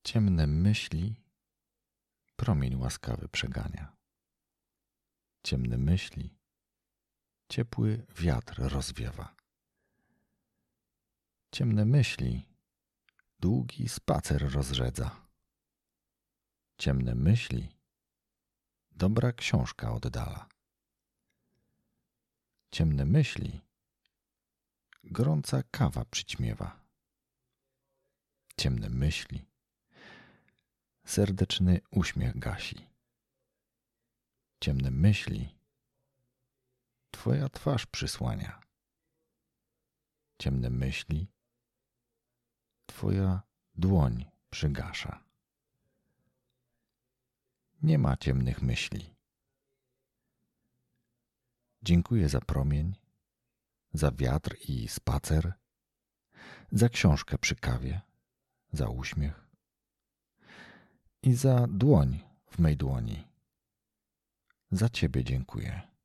Ciemne myśli promień łaskawy przegania. Ciemne myśli ciepły wiatr rozwiewa. Ciemne myśli długi spacer rozrzedza. Ciemne myśli dobra książka oddala. Ciemne myśli gorąca kawa przyćmiewa. Ciemne myśli serdeczny uśmiech gasi. Ciemne myśli twoja twarz przysłania. Ciemne myśli twoja dłoń przygasza. Nie ma ciemnych myśli. Dziękuję za promień, za wiatr i spacer, za książkę przy kawie, za uśmiech i za dłoń w mej dłoni. Za ciebie dziękuję.